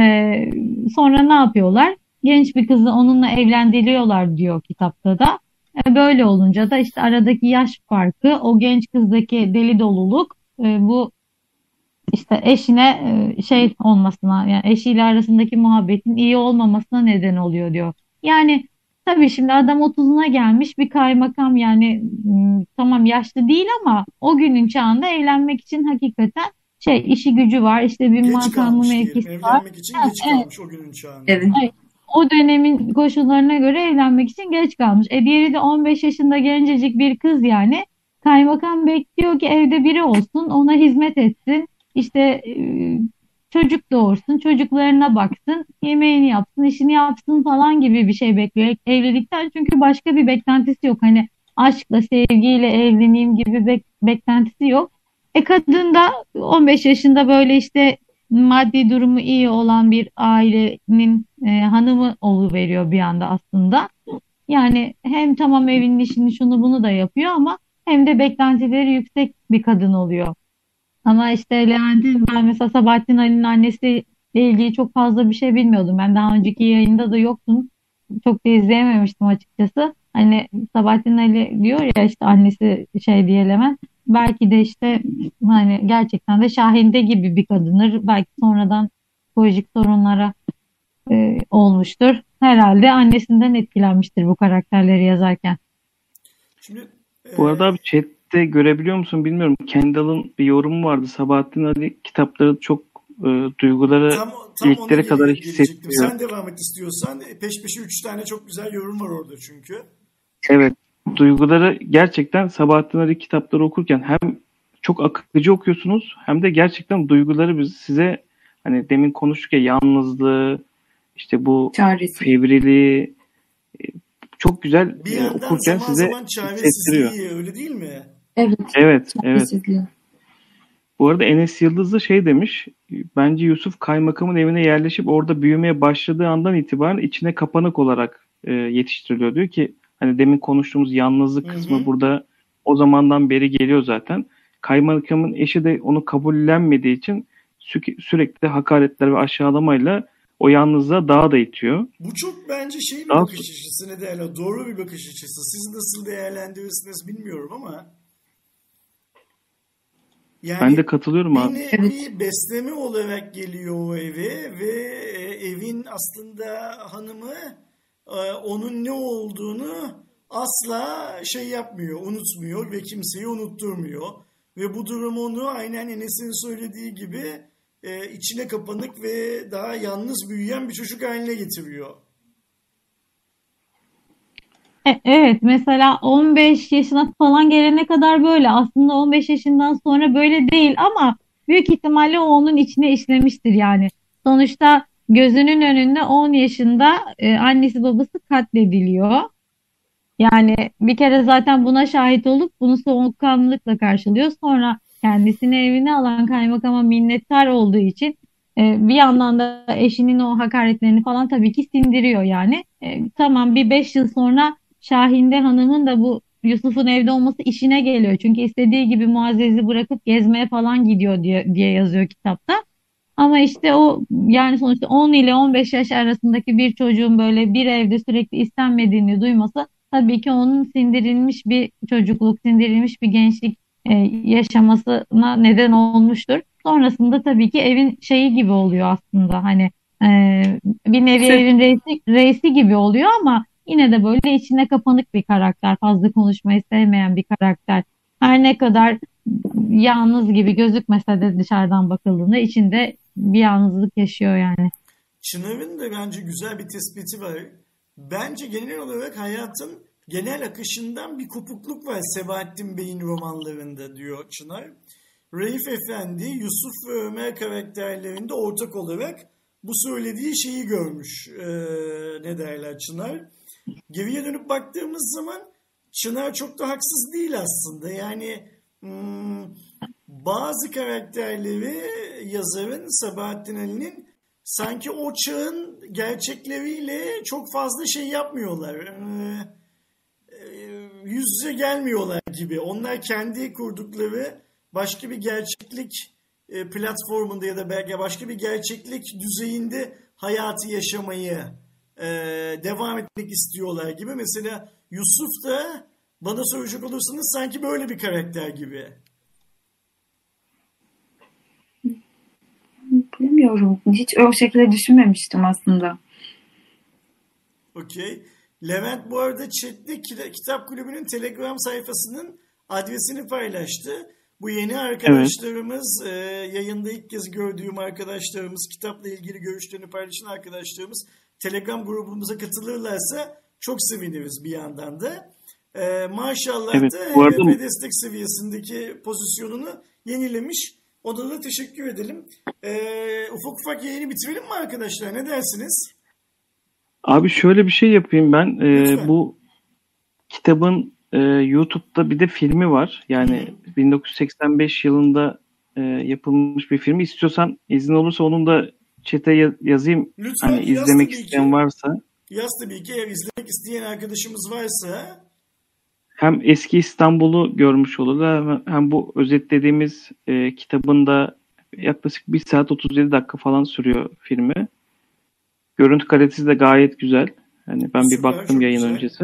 Sonra ne yapıyorlar? Genç bir kızı onunla evlendiriyorlar diyor kitapta da. Böyle olunca da işte aradaki yaş farkı, o genç kızdaki deli doluluk, bu işte eşine olmasına, yani eşiyle arasındaki muhabbetin iyi olmamasına neden oluyor diyor. Yani tabii şimdi adam 30'una gelmiş bir kaymakam, yani tamam yaşlı değil ama o günün çağında evlenmek için hakikaten işi gücü var, işte bir Geç makamı kalmış diyelim. mevkisi var. Evlenmek için Ha, geç evet. kalmış o günün çağında. Evet. Evet. O dönemin koşullarına göre evlenmek için geç kalmış. Diğeri de 15 yaşında gencecik bir kız yani. Kaymakam bekliyor ki evde biri olsun, ona hizmet etsin. İşte çocuk doğursun, çocuklarına baksın, yemeğini yapsın, işini yapsın falan gibi bir şey bekliyor evlilikten. Çünkü başka bir beklentisi yok. Hani aşkla, sevgiyle evleneyim gibi beklentisi yok. Kadın da 15 yaşında böyle işte maddi durumu iyi olan bir ailenin hanımı oluveriyor bir anda aslında. Yani hem tamam evinin işini şunu bunu da yapıyor ama hem de beklentileri yüksek bir kadın oluyor. Ama işte Levent'in, ben mesela Sabahattin Ali'nin annesiyle ilgili çok fazla bir şey bilmiyordum. Ben daha önceki yayında da yoktum. Çok da izleyememiştim açıkçası. Hani Sabahattin Ali diyor ya işte annesi diye Levent. Belki de işte hani gerçekten de Şahinde gibi bir kadındır. Belki sonradan psikolojik sorunlara olmuştur. Herhalde annesinden etkilenmiştir bu karakterleri yazarken. Şimdi Bu arada abi chatte görebiliyor musun bilmiyorum. Kendall'ın bir yorumu vardı. Sabahattin Ali kitapları çok duyguları tam iliklere ona kadar gelecektim. hissettiriyor. Sen devam et istiyorsan. Peş peşe 3 tane çok güzel yorum var orada çünkü. Evet. Duyguları gerçekten Sabahattin Ali kitapları okurken hem çok akıcı okuyorsunuz hem de gerçekten duyguları size, hani demin konuştuk ya, yalnızlığı, işte bu Çaresi. fevriliği, çok güzel Bir yandan okurken zaman size zaman hissettiriyor. çaresizliği, öyle değil mi? Evet. Evet, evet. Çaresizliği. Bu arada Enes Yıldız da şey demiş. Bence Yusuf kaymakamın evine yerleşip orada büyümeye başladığı andan itibaren içine kapanık olarak yetiştiriliyor. Diyor ki hani demin konuştuğumuz yalnızlık Hı hı. kısmı burada o zamandan beri geliyor zaten. Kaymakamın eşi de onu kabullenmediği için sürekli hakaretler ve aşağılamayla o yalnızlığa daha da itiyor. Bu çok bence şey bir Daha bakış açısı, ne derler, doğru bir bakış açısı. Siz nasıl değerlendirirsiniz bilmiyorum ama Ben yani de katılıyorum bir abi. nevi besleme olarak geliyor o eve ve evin aslında hanımı onun ne olduğunu asla şey yapmıyor, unutmuyor ve kimseyi unutturmuyor. Ve bu durum onu aynen Enes'in söylediği gibi içine kapanık ve daha yalnız büyüyen bir çocuk haline getiriyor. Evet, mesela 15 yaşına falan gelene kadar böyle. Aslında 15 yaşından sonra böyle değil ama büyük ihtimalle o onun içine işlemiştir yani. Sonuçta gözünün önünde 10 yaşında annesi babası katlediliyor. Yani bir kere zaten buna şahit olup bunu soğukkanlılıkla karşılıyor. Sonra kendisini evine alan kaymakama minnettar olduğu için bir yandan da eşinin o hakaretlerini falan tabii ki sindiriyor yani. Tamam, bir 5 yıl sonra Şahinde Hanım'ın da bu Yusuf'un evde olması işine geliyor. Çünkü istediği gibi Muazzez'i bırakıp gezmeye falan gidiyor diye yazıyor kitapta. Ama işte o, yani sonuçta 10 ile 15 yaş arasındaki bir çocuğun böyle bir evde sürekli istenmediğini duyması tabii ki onun sindirilmiş bir çocukluk, sindirilmiş bir gençlik yaşamasına neden olmuştur. Sonrasında tabii ki evin şeyi gibi oluyor aslında, hani e, bir nevi evin reisi gibi oluyor ama yine de böyle içine kapanık bir karakter, fazla konuşmayı sevmeyen bir karakter. Her ne kadar yalnız gibi gözükmese de dışarıdan bakıldığında içinde bir yalnızlık yaşıyor yani. Çınar'ın da bence güzel bir tespiti var. Bence genel olarak hayatın genel akışından bir kopukluk var Sebahattin Bey'in romanlarında, diyor Çınar. Raif Efendi, Yusuf ve Ömer karakterlerinde ortak olarak bu söylediği şeyi görmüş. Ne derler Çınar? Geriye dönüp baktığımız zaman Çınar çok da haksız değil aslında. Yani bazı karakterleri yazarın, Sabahattin Ali'nin, sanki o çağın gerçekleriyle çok fazla şey yapmıyorlar. Yüz yüze gelmiyorlar gibi. Onlar kendi kurdukları başka bir gerçeklik platformunda ya da belki başka bir gerçeklik düzeyinde hayatı yaşamayı devam etmek istiyorlar gibi. Mesela Yusuf da bana soracak olursanız sanki böyle bir karakter gibi. Bilmiyorum. Hiç o şekilde düşünmemiştim aslında. Okey. Levent bu arada chatte Kitap Kulübü'nün Telegram sayfasının adresini paylaştı. Bu yeni arkadaşlarımız, yayında ilk kez gördüğüm arkadaşlarımız, kitapla ilgili görüşlerini paylaşan arkadaşlarımız Telegram grubumuza katılırlarsa çok seviniriz bir yandan da. Maşallah Evet, da bu arada HVP destek seviyesindeki pozisyonunu yenilemiş. Ona da teşekkür edelim. Ufak ufak yayını bitirelim mi arkadaşlar? Ne dersiniz? abi şöyle bir şey yapayım ben. Lütfen. Bu kitabın YouTube'da bir de filmi var. Yani 1985 yılında yapılmış bir film. İstiyorsan, izin olursa onun da chat'e yazayım. Lütfen Hani yaz izlemek tabii isteyen ki. varsa. Yaz tabii ki, eğer izlemek isteyen arkadaşımız varsa. Hem eski İstanbul'u görmüş olurlar, hem bu özetlediğimiz kitabın da yaklaşık 1 saat 37 dakika falan sürüyor filmi. Görüntü kalitesi de gayet güzel. Hani ben bir Süper, baktım çok yayın güzel. öncesi.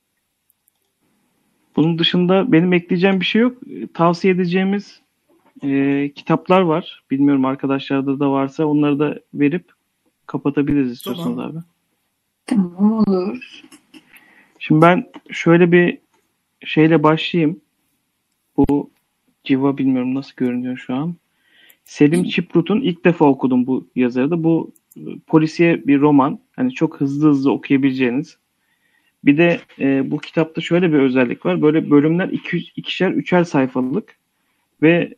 Bunun dışında benim ekleyeceğim bir şey yok. Tavsiye edeceğimiz kitaplar var. Bilmiyorum arkadaşlarda da varsa onları da verip kapatabiliriz istiyorsanız Tamam. abi. Tamam, olur. Şimdi ben şöyle bir şeyle başlayayım. Bu civa bilmiyorum nasıl görünüyor şu an. Selim Çiprut'un, ilk defa okudum bu yazarı da. Bu polisiye bir roman. Hani çok hızlı hızlı okuyabileceğiniz. Bir de bu kitapta şöyle bir özellik var. Böyle bölümler ikişer, üçer sayfalık ve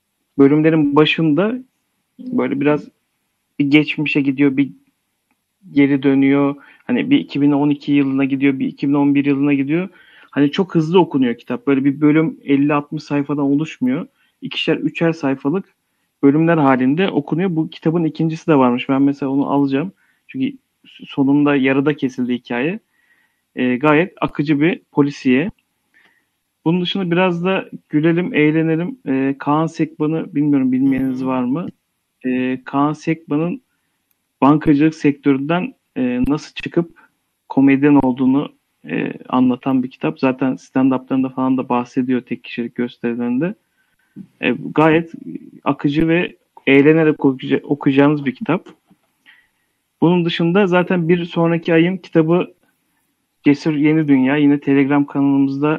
bölümlerin başında böyle biraz bir geçmişe gidiyor, bir geri dönüyor. Hani bir 2012 yılına gidiyor, bir 2011 yılına gidiyor. Hani çok hızlı okunuyor kitap. Böyle bir bölüm 50-60 sayfadan oluşmuyor. İkişer, üçer sayfalık bölümler halinde okunuyor. Bu kitabın ikincisi de varmış. Ben mesela onu alacağım. Çünkü sonunda yarıda kesildi hikaye. Gayet akıcı bir polisiye. Bunun dışında biraz da gülelim, eğlenelim. Kaan Sekban'ı bilmiyorum bilmeyeniniz var mı? Kaan Sekban'ın bankacılık sektöründen nasıl çıkıp komedyen olduğunu anlatan bir kitap. Zaten stand-up'larında falan da bahsediyor tek kişilik gösterilerinde. Gayet akıcı ve eğlenerek okuyacağınız bir kitap. Bunun dışında zaten bir sonraki ayın kitabı Cesur Yeni Dünya. Yine Telegram kanalımızda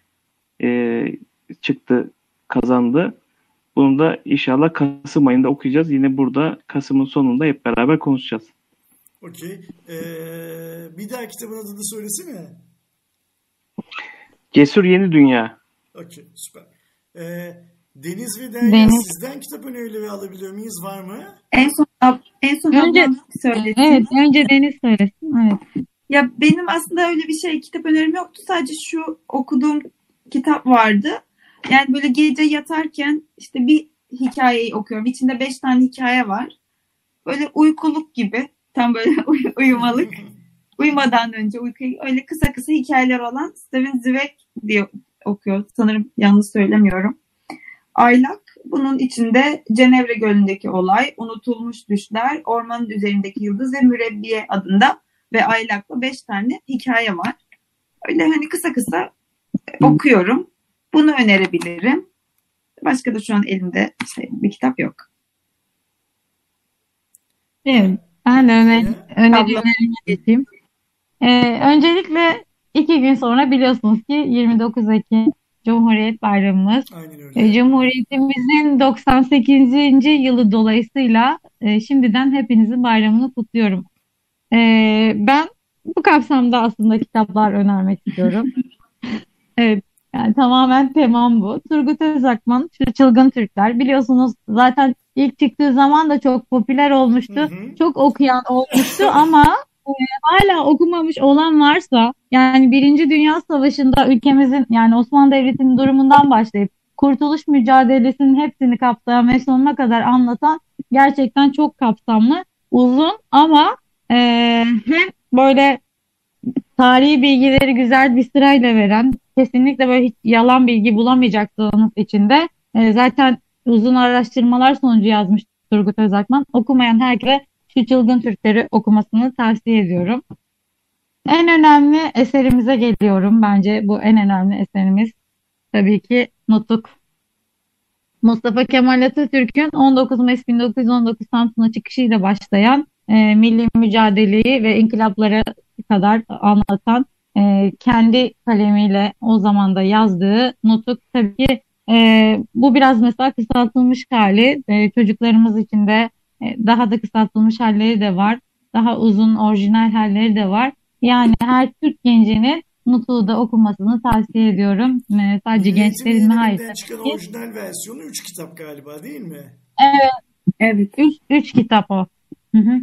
çıktı, kazandı. Bunu da inşallah Kasım ayında okuyacağız. Yine burada Kasım'ın sonunda hep beraber konuşacağız. Okey. Bir daha kitabın adını söylesene. Cesur Yeni Dünya. Okey, süper. Deniz ve Derya, Deniz. sizden kitap önerileri alabiliyor muyuz? Var mı? En son Önce ablam söylesin. evet, önce Deniz söylesin. Evet. Ya benim aslında öyle bir kitap önerim yoktu. Sadece şu okuduğum kitap vardı. Yani böyle gece yatarken işte bir hikayeyi okuyorum. İçinde 5 tane hikaye var. Böyle uykuluk gibi. Tam böyle uyumalık. Uyumadan önce uykuya öyle kısa kısa hikayeler olan Steven Zweig diye okuyor. Sanırım yanlış söylemiyorum. Aylak. Bunun içinde Cenevre Gölü'ndeki olay, unutulmuş düşler, ormanın üzerindeki yıldız ve mürebbiye adında ve Aylak'la 5 tane hikaye var. Öyle hani kısa kısa okuyorum. Bunu önerebilirim. Başka da şu an elimde bir kitap yok. Evet, ben de Abla. önerilerime geçeyim. Öncelikle 2 gün sonra biliyorsunuz ki 29 Ekim Cumhuriyet Bayramımız. Aynen öyle. Cumhuriyetimizin 98. yılı dolayısıyla şimdiden hepinizin bayramını kutluyorum. Ben bu kapsamda aslında kitaplar önermek istiyorum. Evet, yani tamamen temam bu. Turgut Özakman, şu Çılgın Türkler. Biliyorsunuz zaten ilk çıktığı zaman da çok popüler olmuştu. Hı hı. Çok okuyan olmuştu ama hala okumamış olan varsa, yani Birinci Dünya Savaşı'nda ülkemizin, yani Osmanlı Devleti'nin durumundan başlayıp kurtuluş mücadelesinin hepsini kapsayan ve sonuna kadar anlatan gerçekten çok kapsamlı, uzun ama hem böyle tarihi bilgileri güzel bir sırayla veren, kesinlikle böyle hiç yalan bilgi bulamayacaksınız içinde. Zaten uzun araştırmalar sonucu yazmış Turgut Özakman. Okumayan herkese şu Çılgın Türkleri okumasını tavsiye ediyorum. En önemli eserimize geliyorum. Bence bu en önemli eserimiz tabii ki Nutuk. Mustafa Kemal Atatürk'ün 19 Mayıs 1919 Samsun'a çıkışıyla başlayan milli mücadeleyi ve inkılaplara kadar anlatan kendi kalemiyle o zaman da yazdığı Nutuk. Tabii ki bu biraz mesela kısaltılmış hali. Çocuklarımız için de daha da kısaltılmış halleri de var. Daha uzun orijinal halleri de var. Yani her Türk gencinin Nutuk'u da okumasını tavsiye ediyorum. Sadece Milli gençlerin Eğitim mi? Hayır. Yayınları'ndan çıkan orijinal versiyonu 3 kitap galiba, değil mi? Evet. Üç kitap o. Hı hı.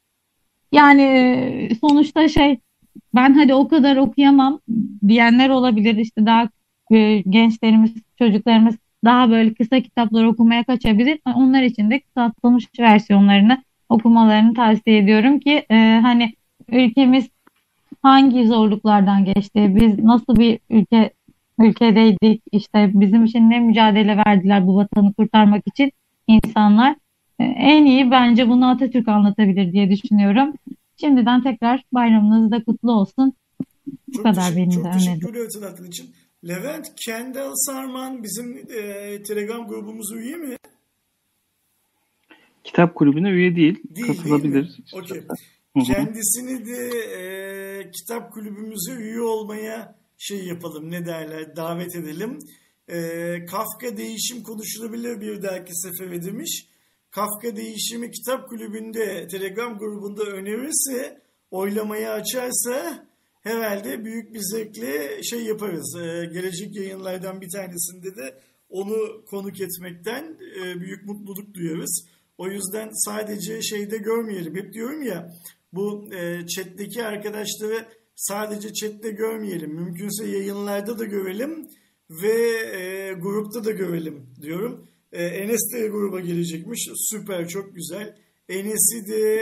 Yani sonuçta ben hadi o kadar okuyamam diyenler olabilir. İşte daha gençlerimiz, çocuklarımız daha böyle kısa kitaplar okumaya kaçabilir. Onlar için de kısaltılmış versiyonlarını okumalarını tavsiye ediyorum ki hani ülkemiz hangi zorluklardan geçti, biz nasıl bir ülkedeydik, işte bizim için ne mücadele verdiler bu vatanı kurtarmak için insanlar. En iyi bence bunu Atatürk anlatabilir diye düşünüyorum. Şimdiden tekrar bayramınız da kutlu olsun. Bu kadar benim de Çok önerim. teşekkürler hatırlattığın için. Levent Kendal Sarman bizim Telegram grubumuza üye mi? Kitap kulübüne üye değil. Değil Katılabilir. mi? Okey. Hı hı. Kendisini de kitap kulübümüze üye olmaya yapalım, ne derler, davet edelim. Kafka Değişim konuşulabilir bir dahaki sefere demiş. Kafka Değişim'i kitap kulübünde, Telegram grubunda önerirse, oylamaya açarsa herhalde büyük bir zevkle yaparız. Gelecek yayınlardan bir tanesinde de onu konuk etmekten büyük mutluluk duyarız. O yüzden sadece görmeyelim. Hep diyorum ya, Bu chat'teki arkadaşları sadece chat'te görmeyelim. Mümkünse yayınlarda da görelim ve grupta da görelim diyorum. Enes de gruba gelecekmiş. Süper, çok güzel. Enes'i de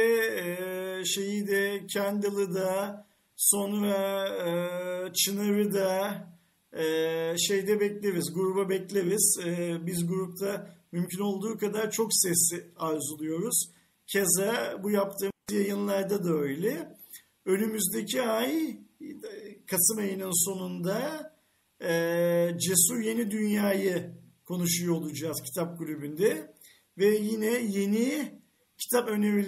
şeyi de Kendall'ı da sonra Çınar'ı da şeyde bekleriz. Gruba bekleriz. Biz grupta mümkün olduğu kadar çok sesli arzuluyoruz. Keza bu yaptığımız yayınlarda da öyle. Önümüzdeki ay Kasım ayının sonunda Cesur Yeni Dünya'yı konuşuyor olacağız kitap kulübünde. Ve yine yeni kitap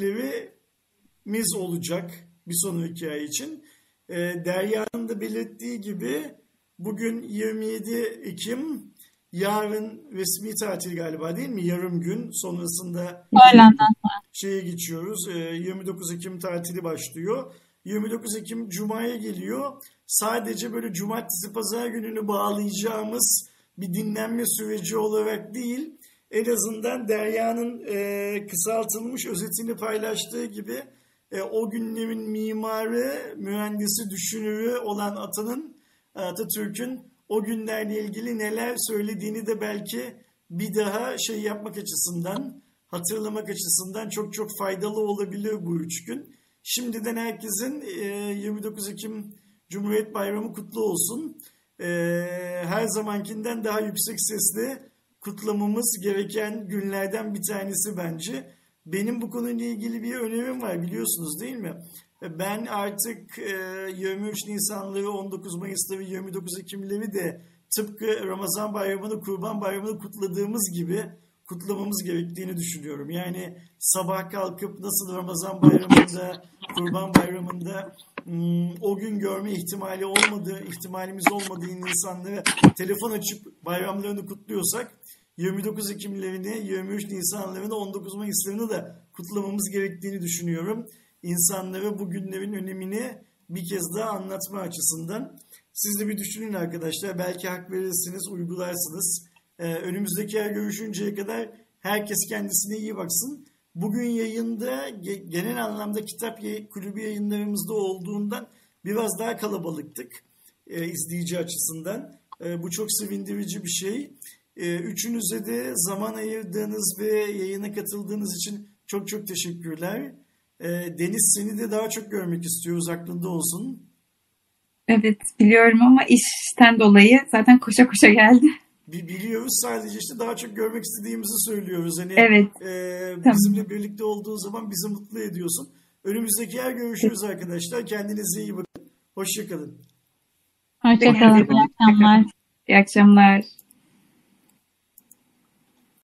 önerilerimiz olacak bir sonraki ay için. Derya'nın da belirttiği gibi bugün 27 Ekim, yarın resmi tatil galiba değil mi? Yarım gün sonrasında şeye geçiyoruz. 29 Ekim tatili başlıyor. 29 Ekim Cuma'ya geliyor. Sadece böyle cumartesi pazar gününü bağlayacağımız bir dinlenme süreci olarak değil, en azından Derya'nın kısaltılmış özetini paylaştığı gibi o günlerin mimarı, mühendisi, düşünürü olan Atatürk'ün o günlerle ilgili neler söylediğini de belki bir daha şey yapmak açısından, hatırlamak açısından çok çok faydalı olabilir bu 3 gün. Şimdiden herkesin 29 Ekim Cumhuriyet Bayramı kutlu olsun. Her zamankinden daha yüksek sesle kutlamamız gereken günlerden bir tanesi bence. Benim bu konuyla ilgili bir önerim var, biliyorsunuz değil mi? Ben artık 23 Nisanları, 19 Mayısları, 29 Ekimleri de tıpkı Ramazan Bayramı'nı, Kurban Bayramı'nı kutladığımız gibi kutlamamız gerektiğini düşünüyorum. Yani sabah kalkıp nasıl Ramazan Bayramı'nda, Kurban Bayramı'nda o gün görme ihtimalimiz olmadığı insanlara telefon açıp bayramlarını kutluyorsak, 29 Ekimlerini, 23 Nisanlarını, 19 Mayıslarını da kutlamamız gerektiğini düşünüyorum. İnsanlara bu günlerin önemini bir kez daha anlatma açısından. Siz de bir düşünün arkadaşlar. Belki hak verirsiniz, uygularsınız. Önümüzdeki ay görüşünceye kadar herkes kendisine iyi baksın. Bugün yayında genel anlamda kitap kulübü yayınlarımızda olduğundan biraz daha kalabalıktık izleyici açısından. Bu çok sevindirici bir şey. Üçünüze de zaman ayırdığınız ve yayına katıldığınız için çok çok teşekkürler. Deniz, seni de daha çok görmek istiyoruz, aklında olsun. Evet, biliyorum ama işten dolayı zaten koşa koşa geldi. Biliyoruz, sadece işte daha çok görmek istediğimizi söylüyoruz. Hani Evet. Bizimle birlikte olduğun zaman bizi mutlu ediyorsun. Önümüzdeki ay görüşürüz arkadaşlar. Kendinize iyi bakın. Hoşça kalın. Hoşçakalın. İyi akşamlar. İyi akşamlar.